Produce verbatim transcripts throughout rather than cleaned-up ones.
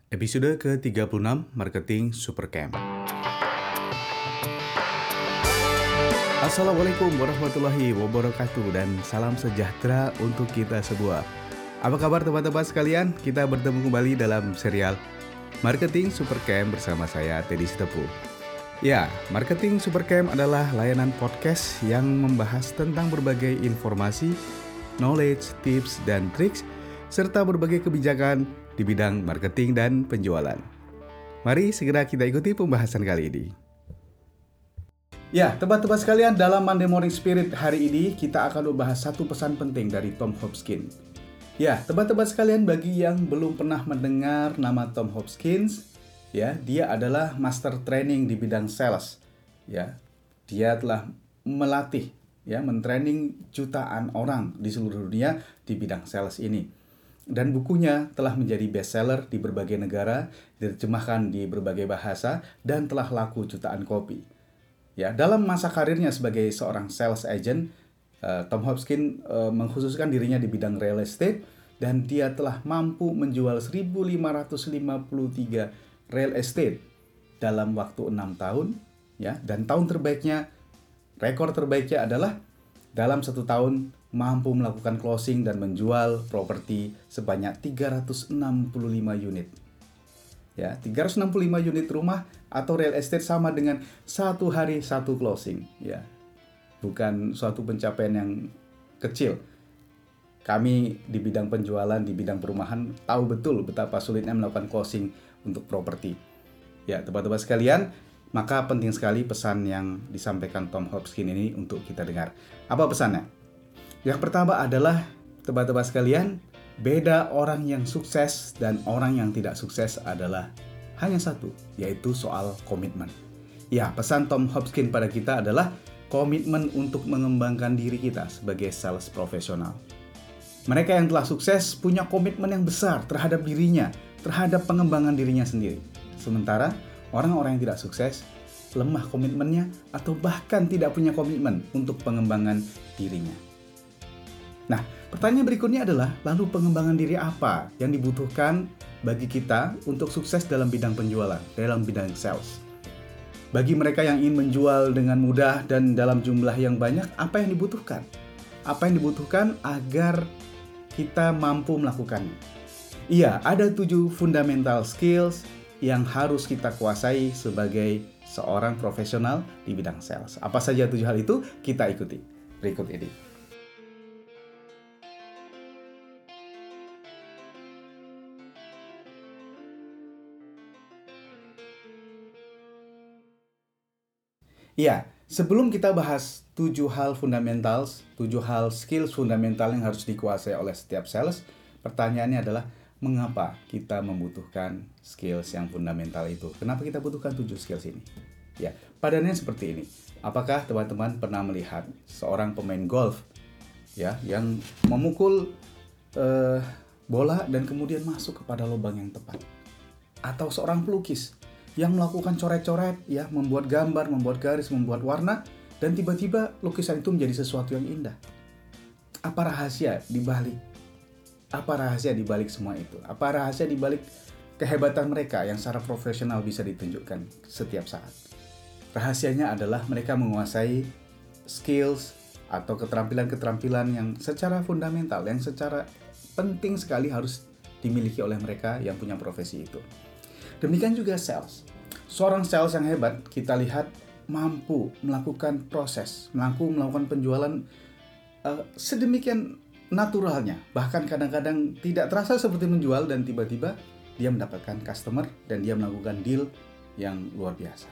Episode ke tiga puluh enam Marketing Supercamp. Assalamualaikum warahmatullahi wabarakatuh dan salam sejahtera untuk kita semua. Apa kabar teman-teman sekalian? Kita bertemu kembali dalam serial Marketing Supercamp bersama saya Teddy Sitepu. Ya, Marketing Supercamp adalah layanan podcast yang membahas tentang berbagai informasi, knowledge, tips, dan triks serta berbagai kebijakan di bidang marketing dan penjualan. Mari segera kita ikuti pembahasan kali ini. Ya, teman-teman sekalian, dalam Monday Morning Spirit hari ini kita akan membahas satu pesan penting dari Tom Hopkins. Ya, teman-teman sekalian, bagi yang belum pernah mendengar nama Tom Hopkins, ya, dia adalah master training di bidang sales. Ya, dia telah melatih, ya, mentraining jutaan orang di seluruh dunia di bidang sales ini. Dan bukunya telah menjadi bestseller di berbagai negara, diterjemahkan di berbagai bahasa, dan telah laku jutaan kopi. Ya, dalam masa karirnya sebagai seorang sales agent, uh, Tom Hopkins uh, mengkhususkan dirinya di bidang real estate, dan dia telah mampu menjual seribu lima ratus lima puluh tiga real estate dalam waktu enam tahun. Ya, dan tahun terbaiknya, rekor terbaiknya adalah dalam satu tahun mampu melakukan closing dan menjual properti sebanyak tiga ratus enam puluh lima unit. Ya, tiga ratus enam puluh lima unit rumah atau real estate sama dengan satu hari satu closing. Ya, bukan suatu pencapaian yang kecil. Kami di bidang penjualan, di bidang perumahan tahu betul betapa sulitnya melakukan closing untuk properti. Ya, teman-teman sekalian, maka penting sekali pesan yang disampaikan Tom Hopkins ini untuk kita dengar. Apa pesannya? Yang pertama adalah, teman-teman sekalian, beda orang yang sukses dan orang yang tidak sukses adalah hanya satu, yaitu soal komitmen. Ya, pesan Tom Hopkins pada kita adalah komitmen untuk mengembangkan diri kita sebagai sales profesional. Mereka yang telah sukses punya komitmen yang besar terhadap dirinya, terhadap pengembangan dirinya sendiri. Sementara orang-orang yang tidak sukses lemah komitmennya atau bahkan tidak punya komitmen untuk pengembangan dirinya. Nah, pertanyaan berikutnya adalah, lalu pengembangan diri apa yang dibutuhkan bagi kita untuk sukses dalam bidang penjualan, dalam bidang sales? Bagi mereka yang ingin menjual dengan mudah dan dalam jumlah yang banyak, apa yang dibutuhkan? Apa yang dibutuhkan agar kita mampu melakukannya? Iya, ada tujuh fundamental skills yang harus kita kuasai sebagai seorang profesional di bidang sales. Apa saja tujuh hal itu? Kita ikuti berikut ini. Iya, sebelum kita bahas tujuh hal fundamental, tujuh hal skills fundamental yang harus dikuasai oleh setiap sales, pertanyaannya adalah, mengapa kita membutuhkan skills yang fundamental itu? Kenapa kita butuhkan tujuh skills ini? Ya, padannya seperti ini. Apakah teman-teman pernah melihat seorang pemain golf, ya, yang memukul uh, bola dan kemudian masuk kepada lubang yang tepat? Atau seorang pelukis yang melakukan coret-coret, ya, membuat gambar, membuat garis, membuat warna, dan tiba-tiba lukisan itu menjadi sesuatu yang indah. Apa rahasia di balik? Apa rahasia di balik semua itu? Apa rahasia di balik kehebatan mereka yang secara profesional bisa ditunjukkan setiap saat? Rahasianya adalah mereka menguasai skills atau keterampilan-keterampilan yang secara fundamental, yang secara penting sekali harus dimiliki oleh mereka yang punya profesi itu. Demikian juga sales. Seorang sales yang hebat, kita lihat mampu melakukan proses, mampu melakukan penjualan uh, sedemikian naturalnya. Bahkan kadang-kadang tidak terasa seperti menjual dan tiba-tiba dia mendapatkan customer dan dia melakukan deal yang luar biasa.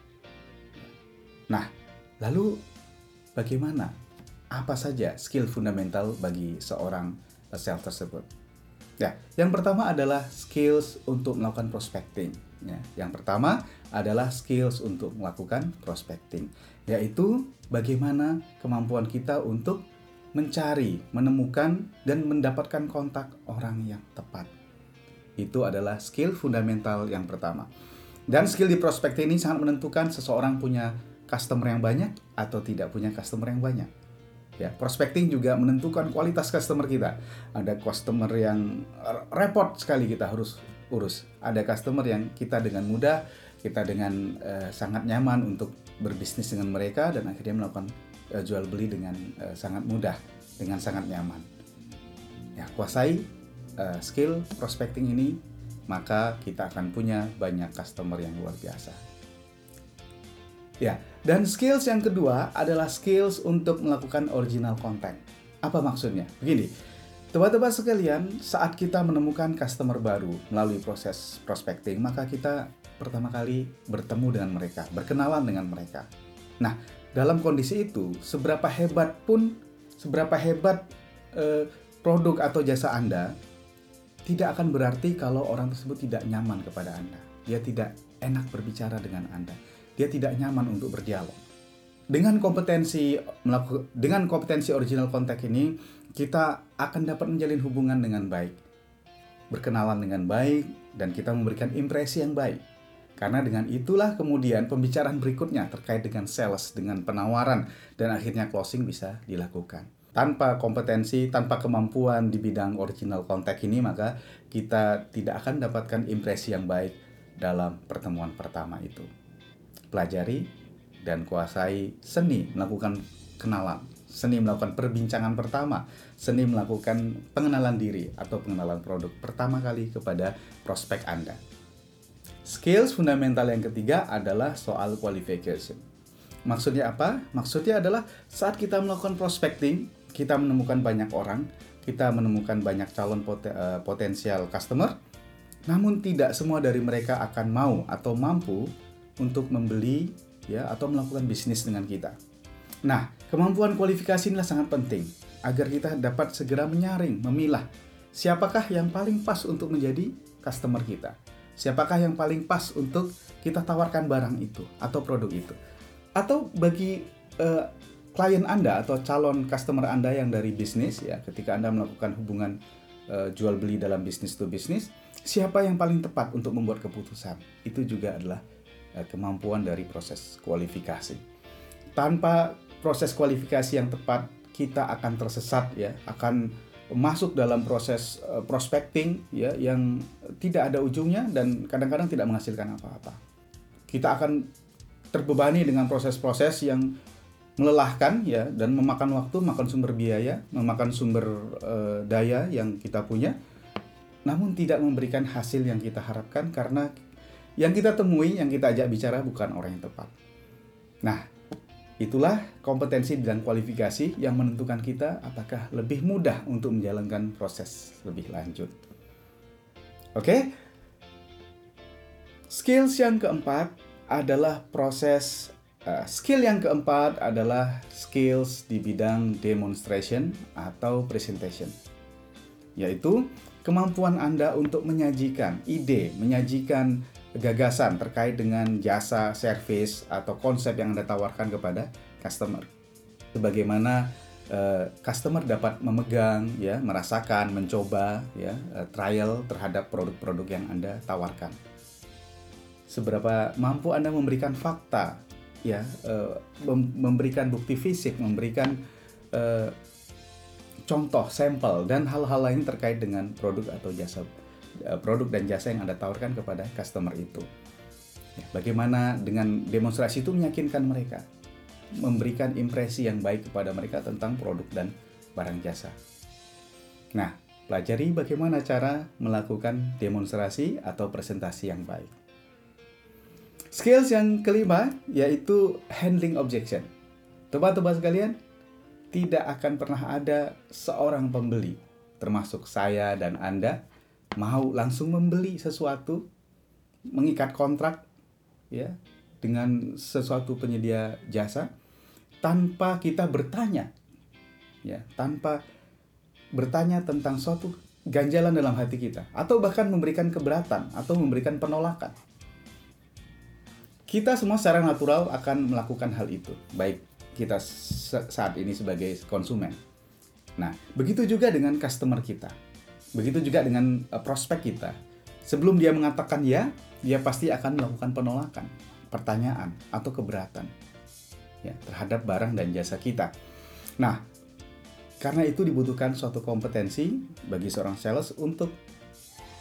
Nah, lalu bagaimana? Apa saja skill fundamental bagi seorang sales tersebut? Ya, yang pertama adalah skills untuk melakukan prospecting. Ya, yang pertama adalah skills untuk melakukan prospecting, yaitu bagaimana kemampuan kita untuk mencari, menemukan, dan mendapatkan kontak orang yang tepat. Itu adalah skill fundamental yang pertama. Dan skill di prospecting ini sangat menentukan seseorang punya customer yang banyak atau tidak punya customer yang banyak. Ya, prospecting juga menentukan kualitas customer kita. Ada customer yang repot sekali, kita harus urus. Ada customer yang kita dengan mudah, kita dengan uh, sangat nyaman untuk berbisnis dengan mereka dan akhirnya melakukan uh, jual beli dengan uh, sangat mudah, dengan sangat nyaman. Ya, kuasai uh, skill prospecting ini, maka kita akan punya banyak customer yang luar biasa. Ya, dan skills yang kedua adalah skills untuk melakukan original contact. Apa maksudnya? Begini, teman-teman sekalian, saat kita menemukan customer baru melalui proses prospecting, maka kita pertama kali bertemu dengan mereka, berkenalan dengan mereka. Nah, dalam kondisi itu, seberapa hebat pun, seberapa hebat eh, produk atau jasa Anda, tidak akan berarti kalau orang tersebut tidak nyaman kepada Anda. Dia tidak enak berbicara dengan Anda. Dia tidak nyaman untuk berdialog. Dengan kompetensi melakukan dengan kompetensi original contact ini, kita akan dapat menjalin hubungan dengan baik, berkenalan dengan baik, dan kita memberikan impresi yang baik. Karena dengan itulah kemudian pembicaraan berikutnya terkait dengan sales, dengan penawaran, dan akhirnya closing bisa dilakukan. Tanpa kompetensi, tanpa kemampuan di bidang original contact ini, maka kita tidak akan dapatkan impresi yang baik dalam pertemuan pertama itu. Pelajari dan kuasai seni melakukan kenalan, seni melakukan perbincangan pertama, seni melakukan pengenalan diri atau pengenalan produk pertama kali kepada prospek Anda. Skills fundamental yang ketiga adalah soal qualification. Maksudnya apa? Maksudnya adalah saat kita melakukan prospecting, kita menemukan banyak orang, kita menemukan banyak calon pot- uh, potensial customer, namun tidak semua dari mereka akan mau atau mampu untuk membeli ya atau melakukan bisnis dengan kita. Nah, kemampuan kualifikasi inilah sangat penting agar kita dapat segera menyaring, memilah siapakah yang paling pas untuk menjadi customer kita. Siapakah yang paling pas untuk kita tawarkan barang itu atau produk itu. Atau bagi uh, klien Anda atau calon customer Anda yang dari bisnis ya, ketika Anda melakukan hubungan uh, jual beli dalam bisnis to bisnis, siapa yang paling tepat untuk membuat keputusan? Itu juga adalah uh, kemampuan dari proses kualifikasi. Tanpa proses kualifikasi yang tepat, kita akan tersesat ya, akan masuk dalam proses uh, prospecting ya yang tidak ada ujungnya dan kadang-kadang tidak menghasilkan apa-apa. Kita akan terbebani dengan proses-proses yang melelahkan ya dan memakan waktu, makan sumber biaya, memakan sumber uh, daya yang kita punya, namun tidak memberikan hasil yang kita harapkan karena yang kita temui, yang kita ajak bicara bukan orang yang tepat. Nah, itulah kompetensi dan kualifikasi yang menentukan kita apakah lebih mudah untuk menjalankan proses lebih lanjut. Oke? Skills yang keempat adalah proses uh, skill yang keempat adalah skills di bidang demonstration atau presentation. Yaitu kemampuan Anda untuk menyajikan ide, menyajikan gagasan terkait dengan jasa, service, atau konsep yang Anda tawarkan kepada customer. Sebagaimana uh, customer dapat memegang, ya, merasakan, mencoba, ya, uh, trial terhadap produk-produk yang Anda tawarkan. Seberapa mampu Anda memberikan fakta, ya, uh, mem- memberikan bukti fisik, memberikan uh, contoh, sampel, dan hal-hal lain terkait dengan produk atau jasa produk dan jasa yang Anda tawarkan kepada customer itu. Ya, bagaimana dengan demonstrasi itu meyakinkan mereka, memberikan impresi yang baik kepada mereka tentang produk dan barang jasa. Nah, pelajari bagaimana cara melakukan demonstrasi atau presentasi yang baik. Skills yang kelima yaitu handling objection. Teman-teman sekalian, tidak akan pernah ada seorang pembeli, termasuk saya dan Anda, mau langsung membeli sesuatu, mengikat kontrak ya dengan sesuatu penyedia jasa tanpa kita bertanya ya, tanpa bertanya tentang suatu ganjalan dalam hati kita atau bahkan memberikan keberatan atau memberikan penolakan. Kita semua secara natural akan melakukan hal itu, baik kita saat ini sebagai konsumen. Nah, begitu juga dengan customer kita. Begitu juga dengan uh, prospek kita. Sebelum dia mengatakan ya, dia pasti akan melakukan penolakan, pertanyaan, atau keberatan ya, terhadap barang dan jasa kita. Nah, karena itu dibutuhkan suatu kompetensi bagi seorang sales untuk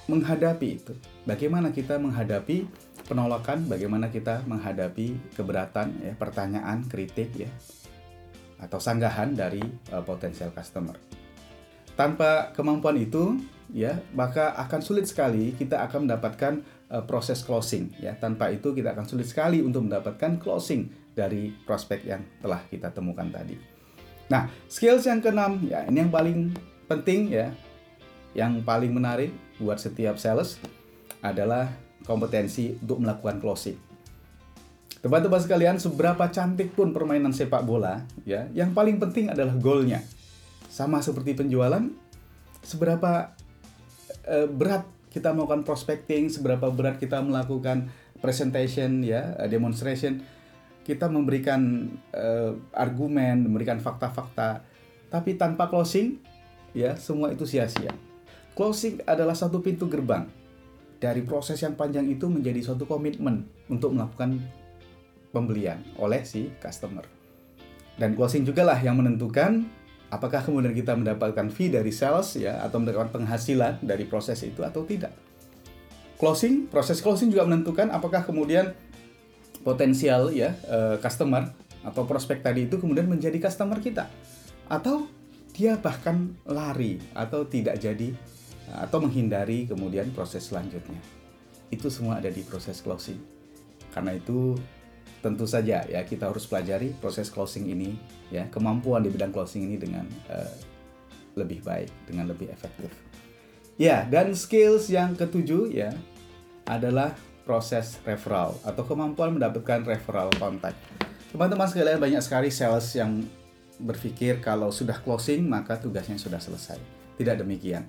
menghadapi itu. Bagaimana kita menghadapi penolakan, bagaimana kita menghadapi keberatan, ya, pertanyaan, kritik, ya, atau sanggahan dari uh, potensial customer. Tanpa kemampuan itu, ya, maka akan sulit sekali kita akan mendapatkan uh, proses closing, ya. Tanpa itu kita akan sulit sekali untuk mendapatkan closing dari prospek yang telah kita temukan tadi. Nah, skills yang keenam, ya, ini yang paling penting, ya, yang paling menarik buat setiap sales adalah kompetensi untuk melakukan closing. Teman-teman sekalian, seberapa cantik pun permainan sepak bola, ya, yang paling penting adalah goalnya. Sama seperti penjualan, seberapa uh, berat kita melakukan prospecting, seberapa berat kita melakukan presentation, ya, demonstration, kita memberikan uh, argumen, memberikan fakta-fakta, tapi tanpa closing, ya, semua itu sia-sia. Closing adalah satu pintu gerbang dari proses yang panjang itu menjadi suatu komitmen untuk melakukan pembelian oleh si customer. Dan closing juga lah yang menentukan apakah kemudian kita mendapatkan fee dari sales, ya, atau mendapatkan penghasilan dari proses itu atau tidak. Closing, proses closing juga menentukan apakah kemudian potensial, ya, uh, customer atau prospek tadi itu kemudian menjadi customer kita, atau dia bahkan lari atau tidak jadi atau menghindari kemudian proses selanjutnya. Itu semua ada di proses closing. Karena itu tentu saja, ya, kita harus pelajari proses closing ini, ya, kemampuan di bidang closing ini dengan uh, lebih baik, dengan lebih efektif. Ya, dan skills yang ketujuh, ya, adalah proses referral atau kemampuan mendapatkan referral kontak. Teman-teman sekalian, banyak sekali sales yang berpikir kalau sudah closing maka tugasnya sudah selesai. Tidak demikian.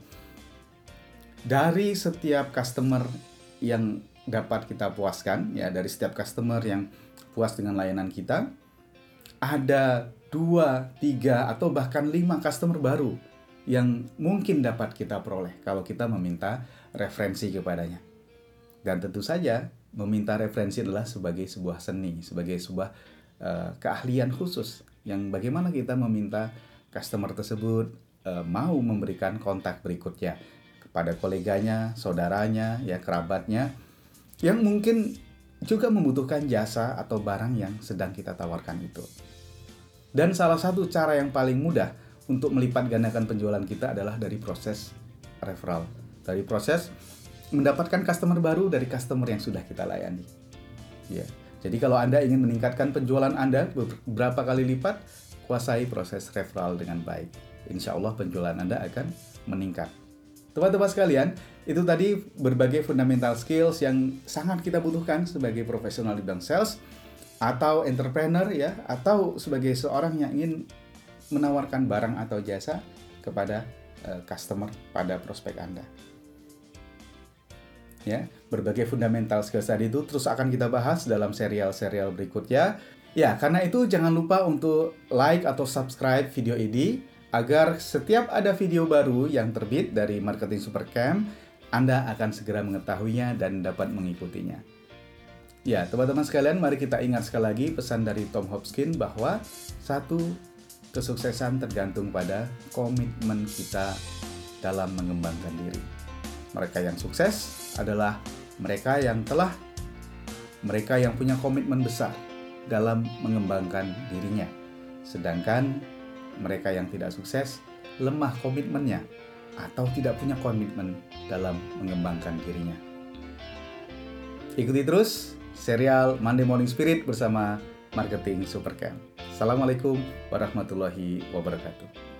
Dari setiap customer yang dapat kita puaskan, ya, dari setiap customer yang puas dengan layanan kita, ada dua, tiga, atau bahkan lima customer baru yang mungkin dapat kita peroleh kalau kita meminta referensi kepadanya. Dan tentu saja meminta referensi adalah sebagai sebuah seni, sebagai sebuah uh, keahlian khusus yang bagaimana kita meminta customer tersebut uh, mau memberikan kontak berikutnya kepada koleganya, saudaranya, ya, kerabatnya, yang mungkin juga membutuhkan jasa atau barang yang sedang kita tawarkan itu. Dan salah satu cara yang paling mudah untuk melipat gandakan penjualan kita adalah dari proses referral, dari proses mendapatkan customer baru dari customer yang sudah kita layani. Ya, jadi kalau Anda ingin meningkatkan penjualan Anda beberapa kali lipat, kuasai proses referral dengan baik. Insya Allah penjualan Anda akan meningkat. Teman-teman sekalian, itu tadi berbagai fundamental skills yang sangat kita butuhkan sebagai profesional di bidang sales atau entrepreneur, ya, atau sebagai seorang yang ingin menawarkan barang atau jasa kepada uh, customer, pada prospek Anda. Ya, berbagai fundamental skills tadi itu terus akan kita bahas dalam serial-serial berikutnya. Ya, karena itu jangan lupa untuk like atau subscribe video ini agar setiap ada video baru yang terbit dari Marketing Supercamp, Anda akan segera mengetahuinya dan dapat mengikutinya. Ya, teman-teman sekalian, mari kita ingat sekali lagi pesan dari Tom Hopkins bahwa satu kesuksesan tergantung pada komitmen kita dalam mengembangkan diri. Mereka yang sukses adalah mereka yang telah, mereka yang punya komitmen besar dalam mengembangkan dirinya. Sedangkan mereka yang tidak sukses lemah komitmennya atau tidak punya komitmen dalam mengembangkan dirinya. Ikuti terus serial Monday Morning Spirit bersama Marketing Supercamp. Assalamualaikum warahmatullahi wabarakatuh.